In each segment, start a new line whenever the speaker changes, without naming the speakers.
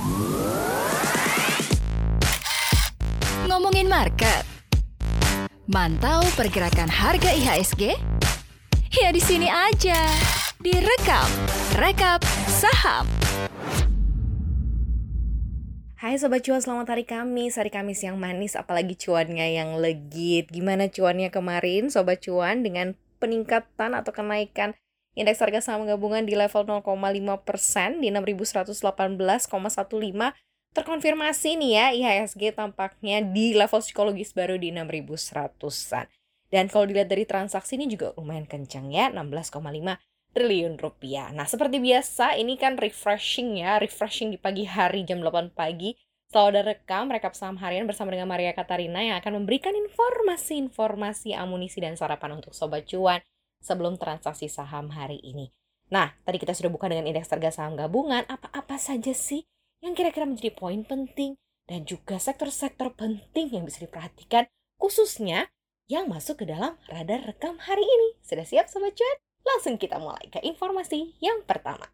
Ngomongin market, mantau pergerakan harga IHSG? Ya di sini aja, direkap, rekap saham.
Hai Sobat Cuan, selamat hari Kamis yang manis, apalagi cuannya yang legit. Gimana cuannya kemarin Sobat Cuan dengan peningkatan atau kenaikan indeks harga saham gabungan di level 0,5% di 6.118,15. Terkonfirmasi nih ya, IHSG tampaknya di level psikologis baru di 6.100-an. Dan kalau dilihat dari transaksi ini juga lumayan kencang ya, 16,5 triliun rupiah. Nah, seperti biasa ini kan refreshing di pagi hari jam 8 pagi. Selalu ada rekap saham harian bersama dengan Maria Katarina yang akan memberikan informasi, amunisi dan sarapan untuk Sobat Cuan sebelum transaksi saham hari ini. Nah, tadi kita sudah buka dengan indeks harga saham gabungan, apa saja sih yang kira-kira menjadi poin penting dan juga sektor-sektor penting yang bisa diperhatikan khususnya yang masuk ke dalam radar rekam hari ini. Sudah siap Sobat Cuan? Langsung kita mulai ke informasi yang pertama.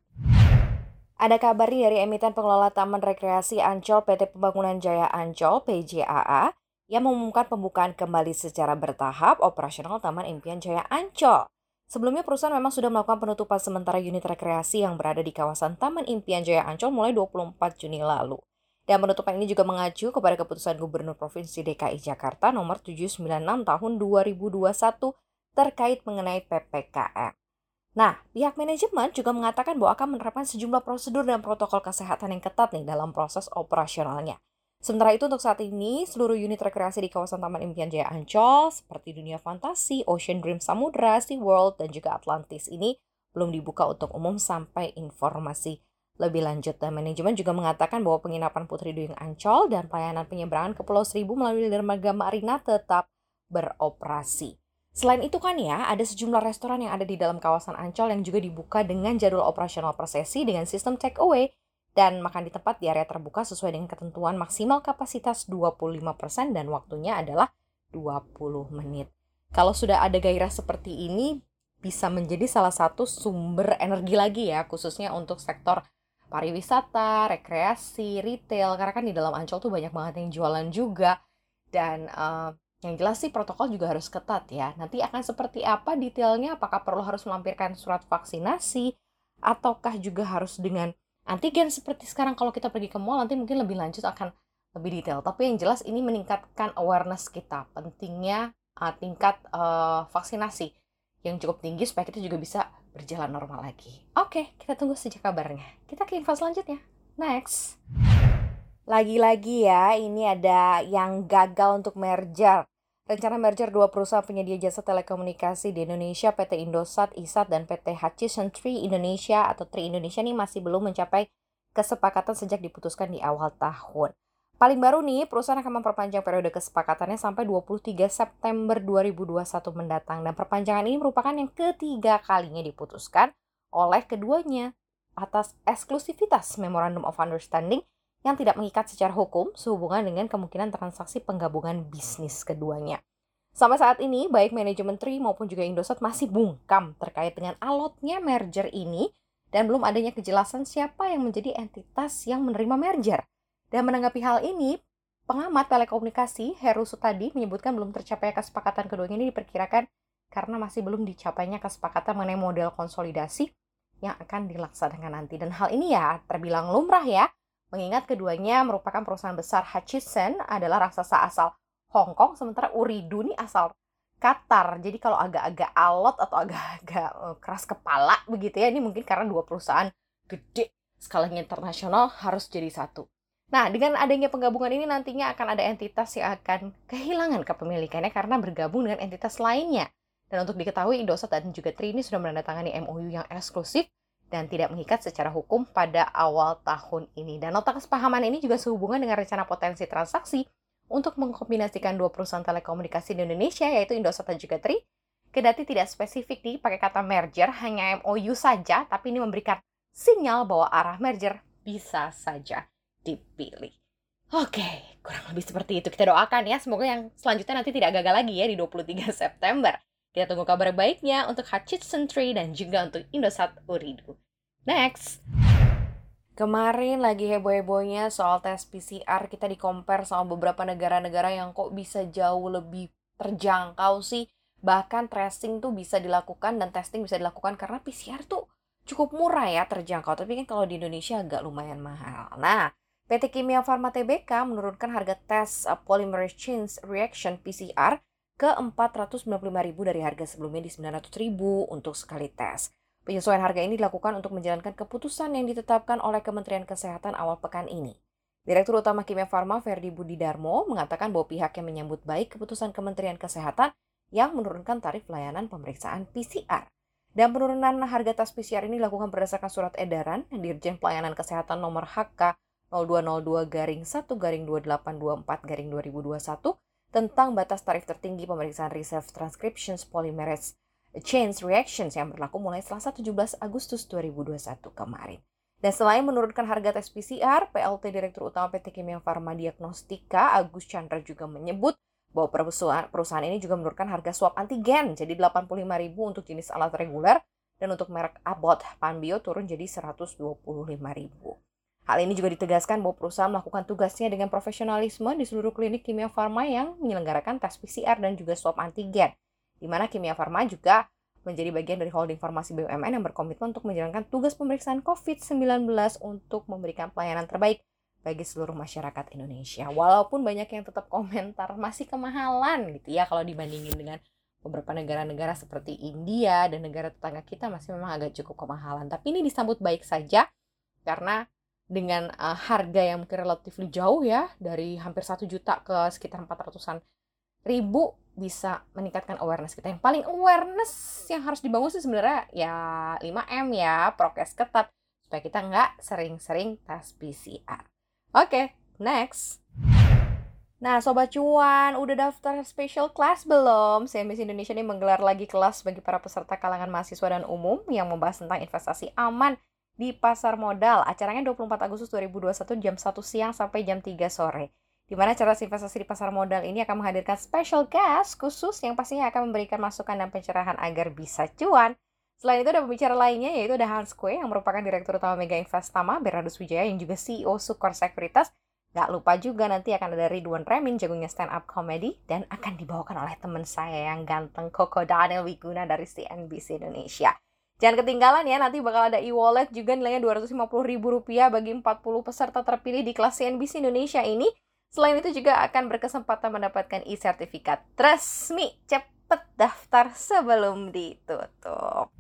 Ada kabar nih dari emiten pengelola Taman Rekreasi Ancol PT Pembangunan Jaya Ancol (PJAA) yang mengumumkan pembukaan kembali secara bertahap operasional Taman Impian Jaya Ancol. Sebelumnya perusahaan memang sudah melakukan penutupan sementara unit rekreasi yang berada di kawasan Taman Impian Jaya Ancol mulai 24 Juni lalu. Dan penutupan ini juga mengacu kepada keputusan Gubernur Provinsi DKI Jakarta nomor 796 tahun 2021 terkait mengenai PPKM. Nah, pihak manajemen juga mengatakan bahwa akan menerapkan sejumlah prosedur dan protokol kesehatan yang ketat nih dalam proses operasionalnya. Sementara itu untuk saat ini, seluruh unit rekreasi di kawasan Taman Impian Jaya Ancol seperti Dunia Fantasi, Ocean Dream Samudra, SeaWorld, dan juga Atlantis ini belum dibuka untuk umum sampai informasi lebih lanjut. Dan manajemen juga mengatakan bahwa penginapan Putri Duyung Ancol dan pelayanan penyeberangan ke Pulau Seribu melalui dermaga Marina tetap beroperasi. Selain itu kan ya, ada sejumlah restoran yang ada di dalam kawasan Ancol yang juga dibuka dengan jadwal operasional per sesi dengan sistem take away dan makan di tempat di area terbuka sesuai dengan ketentuan maksimal kapasitas 25% dan waktunya adalah 20 menit. Kalau sudah ada gairah seperti ini, bisa menjadi salah satu sumber energi lagi ya, khususnya untuk sektor pariwisata, rekreasi, retail, karena kan di dalam Ancol tuh banyak banget yang jualan juga. Dan yang jelas sih protokol juga harus ketat ya. Nanti akan seperti apa detailnya, apakah perlu harus melampirkan surat vaksinasi, ataukah juga harus dengan antigen seperti sekarang kalau kita pergi ke mall, nanti mungkin lebih lanjut akan lebih detail. Tapi yang jelas ini meningkatkan awareness kita, pentingnya tingkat vaksinasi yang cukup tinggi supaya kita juga bisa berjalan normal lagi. Oke, kita tunggu saja kabarnya. Kita ke info selanjutnya. Next. Lagi-lagi ya, ini ada yang gagal untuk merger. Rencana merger dua perusahaan penyedia jasa telekomunikasi di Indonesia, PT Indosat, ISAT, dan PT Hutchison Tri Indonesia atau Tri Indonesia ini masih belum mencapai kesepakatan sejak diputuskan di awal tahun. Paling baru nih, perusahaan akan memperpanjang periode kesepakatannya sampai 23 September 2021 mendatang. Dan perpanjangan ini merupakan yang ketiga kalinya diputuskan oleh keduanya atas eksklusivitas Memorandum of Understanding yang tidak mengikat secara hukum sehubungan dengan kemungkinan transaksi penggabungan bisnis keduanya. Sampai saat ini, baik manajemen Tri maupun juga Indosat masih bungkam terkait dengan alotnya merger ini dan belum adanya kejelasan siapa yang menjadi entitas yang menerima merger. Dan menanggapi hal ini, pengamat telekomunikasi Heru Sutadi menyebutkan belum tercapai kesepakatan keduanya ini diperkirakan karena masih belum dicapainya kesepakatan mengenai model konsolidasi yang akan dilaksanakan nanti. Dan hal ini ya terbilang lumrah ya, mengingat keduanya merupakan perusahaan besar. Hutchison adalah raksasa asal Hong Kong, sementara Ooredoo ini asal Qatar. Jadi kalau agak-agak alot atau agak-agak keras kepala begitu ya, ini mungkin karena dua perusahaan gede skalanya internasional harus jadi satu. Nah, dengan adanya penggabungan ini nantinya akan ada entitas yang akan kehilangan kepemilikannya karena bergabung dengan entitas lainnya. Dan untuk diketahui, Indosat dan juga Tri ini sudah menandatangani MOU yang eksklusif dan tidak mengikat secara hukum pada awal tahun ini. Dan nota kesepahaman ini juga sehubungan dengan rencana potensi transaksi untuk mengkombinasikan dua perusahaan telekomunikasi di Indonesia, yaitu Indosat dan juga Tri. Kedati tidak spesifik pakai kata merger, hanya MOU saja, tapi ini memberikan sinyal bahwa arah merger bisa saja dipilih. Oke, kurang lebih seperti itu. Kita doakan ya, semoga yang selanjutnya nanti tidak gagal lagi ya di 23 September. Kita tunggu kabar baiknya untuk Hutchison Tri dan juga untuk Indosat Ooredoo. Next. Kemarin lagi heboh-hebohnya soal tes PCR, kita di-compare sama beberapa negara-negara yang kok bisa jauh lebih terjangkau sih. Bahkan tracing tuh bisa dilakukan dan testing bisa dilakukan karena PCR tuh cukup murah ya, terjangkau. Tapi kan kalau di Indonesia agak lumayan mahal. Nah, PT Kimia Farma Tbk menurunkan harga tes polymerase chain reaction PCR ke 495.000 dari harga sebelumnya di 900.000 untuk sekali tes. Penyesuaian harga ini dilakukan untuk menjalankan keputusan yang ditetapkan oleh Kementerian Kesehatan awal pekan ini. Direktur Utama Kimia Farma Ferdi Budidarmo mengatakan bahwa pihaknya menyambut baik keputusan Kementerian Kesehatan yang menurunkan tarif layanan pemeriksaan PCR. Dan penurunan harga tes PCR ini dilakukan berdasarkan surat edaran Dirjen Pelayanan Kesehatan nomor HK 0202-1-2824-2021 tentang batas tarif tertinggi pemeriksaan reserve transcriptions polymerase chain reactions yang berlaku mulai Selasa 17 Agustus 2021 kemarin. Dan selain menurunkan harga tes PCR, PLT Direktur Utama PT Kimia Farma Diagnostika Agus Chandra juga menyebut bahwa perusahaan ini juga menurunkan harga swab antigen jadi 85.000 untuk jenis alat reguler dan untuk merek Abbott Panbio turun jadi 125.000. Hal ini juga ditegaskan bahwa perusahaan melakukan tugasnya dengan profesionalisme di seluruh klinik kimia farma yang menyelenggarakan tes PCR dan juga swab antigen, di mana Kimia Farma juga menjadi bagian dari holding farmasi BUMN yang berkomitmen untuk menjalankan tugas pemeriksaan COVID-19 untuk memberikan pelayanan terbaik bagi seluruh masyarakat Indonesia. Walaupun banyak yang tetap komentar masih kemahalan gitu ya kalau dibandingin dengan beberapa negara-negara seperti India dan negara tetangga kita masih memang agak cukup kemahalan. Tapi ini disambut baik saja karena dengan harga yang mungkin relatif jauh ya, dari hampir 1 juta ke sekitar 400-an ribu, bisa meningkatkan awareness kita. Yang paling awareness yang harus dibangun sih sebenarnya ya 5M ya, prokes ketat supaya kita nggak sering-sering tes PCR. Oke, next. Nah, Sobat Cuan, udah daftar special class belum? CNBC Indonesia ini menggelar lagi kelas bagi para peserta kalangan mahasiswa dan umum yang membahas tentang investasi aman di pasar modal. Acaranya 24 Agustus 2021 jam 1 siang sampai jam 3 sore. Di mana cerdas investasi di pasar modal ini akan menghadirkan special guest khusus yang pastinya akan memberikan masukan dan pencerahan agar bisa cuan. Selain itu ada pembicara lainnya yaitu ada Hans Kue yang merupakan Direktur Utama Mega Investama, Bernardus Wijaya yang juga CEO Sukor Sekuritas. Gak lupa juga nanti akan ada Ridwan Remin, jagonya stand up comedy, dan akan dibawakan oleh teman saya yang ganteng Koko Daniel Wiguna dari CNBC Indonesia. Jangan ketinggalan ya, nanti bakal ada e-wallet juga nilainya Rp250.000 bagi 40 peserta terpilih di kelas CNBC Indonesia ini. Selain itu juga akan berkesempatan mendapatkan e-sertifikat resmi. Cepet daftar sebelum ditutup.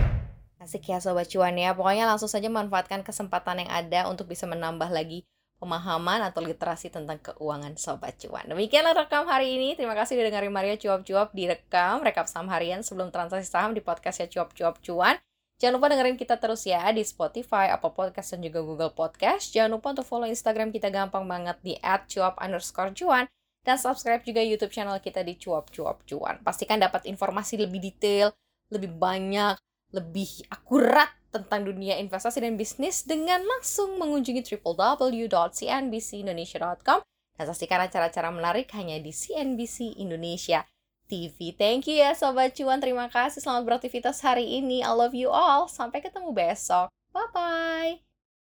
Asik ya Sobat Cuan ya, pokoknya langsung saja manfaatkan kesempatan yang ada untuk bisa menambah lagi pemahaman atau literasi tentang keuangan Sobat Cuan. Demikianlah rekam hari ini. Terima kasih udah dengerin Maria Cuap-Cuap di rekap saham harian sebelum transaksi saham di podcastnya Cuap-Cuap Cuan. Jangan lupa dengerin kita terus ya di Spotify, Apple Podcast, dan juga Google Podcast. Jangan lupa untuk follow Instagram kita gampang banget di @cuap_cuan. Dan subscribe juga YouTube channel kita di Cuap-Cuap Cuan. Pastikan dapat informasi lebih detail, lebih banyak, lebih akurat tentang dunia investasi dan bisnis dengan langsung mengunjungi www.cnbcindonesia.com dan saksikan acara-acara menarik hanya di CNBC Indonesia TV. Thank you ya Sobat Cuan, terima kasih, selamat beraktivitas hari ini. I love you all, sampai ketemu besok. Bye-bye.